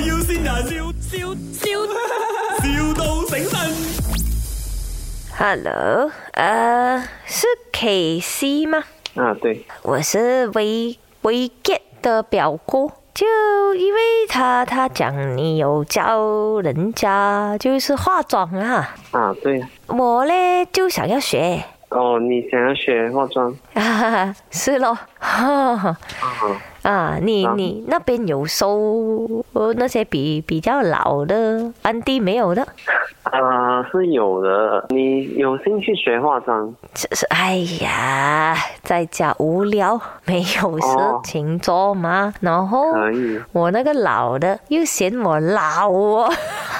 要先人，笑到醒神。 Hello，是 KC 吗？ 啊，对， 我是维杰的表哥，就因为他讲你有教人家就是化妆啊， 啊，对。 我呢就想要学。 哦，你想要学化妆？ 是咯，你那边有收那些比较老的安迪没有的？ 是有的。你有兴趣学化妆？ 哎呀，在家无聊，没有事情做嘛。然后我那个老的又嫌我老哦。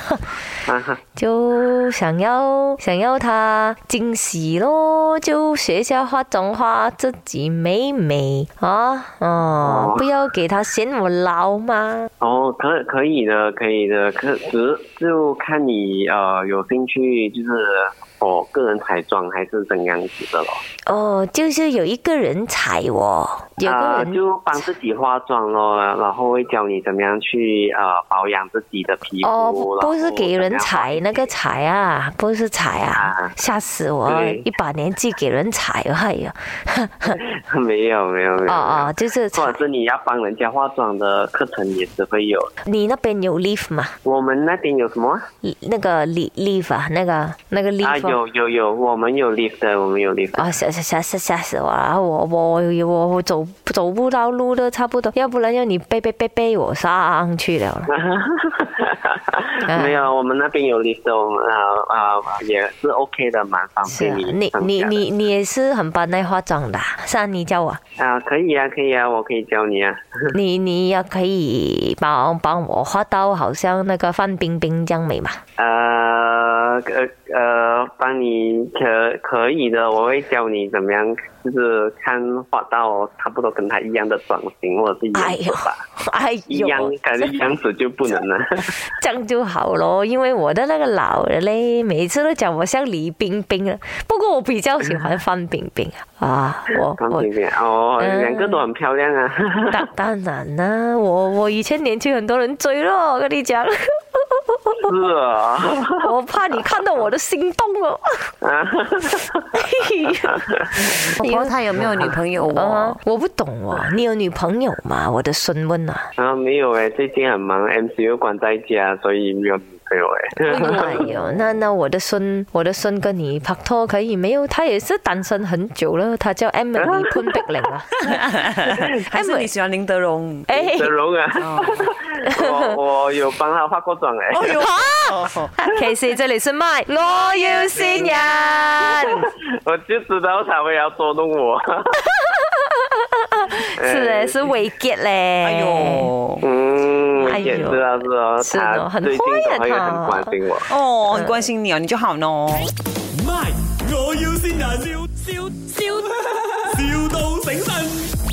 就想要他惊喜咯，就学下化妆画自己美美啊，不要给他嫌我老嘛。 可以的，可是就看你有兴趣就是个人彩妆还是怎样子的咯。 就是有一个人彩我，有个人就帮自己化妆咯，然后会教你怎么样去保养自己的皮肤。 不是给人彩那个彩啊，不是彩啊，吓死我了！一把年纪给人彩，哎呀， 没有。 就是或者是你要帮人家化妆的课程也是会有。 你那边有 leaf 吗？ 我们那边有什么？ 那个 leaf 啊，那个 leaf 有，我们有 leaf 的，我们有 leaf 的。 吓死我了！我走不到路的，差不多，要不然要你背我上去了。 没有，我们那边有 leaf 的，我们也是 OK 的，蛮方便你也是很帮那化妆的，是啊，你教我可以啊，我可以教你啊。你也可以帮我画到好像那个范冰冰这样美嘛？ 帮你可以的，我会教你怎么样，就是画到差不多跟他一样的妆型或者是样子吧。一样，可是样子就不能了。 这样就好咯，因为我的那个老的嘞，每次都讲我像李冰冰了。不过我比较喜欢范冰冰啊。 范冰冰两个都很漂亮啊。 当然啦，我以前年轻很多人追咯，我跟你讲。 是啊， 我怕你看到我的心动了。 婆婆她有没有女朋友我不懂你有女朋友吗？我的孙问没有最近很忙 ，MCU 关在家，所以没有女朋友哎呦，那我的孙跟你拍拖可以没有？他也是单身很久了，他叫 Emily 潘碧玲啊。 还是你喜欢林德荣？ 林德荣啊，我有帮他化过妆其實這裡是麥，我要先人。 我就知道他會要捉弄我。 是維傑咧。 哎呦， 維傑是他最近都會很關心我。 很關心你你就好咯。 麥，我要先人，笑到醒神。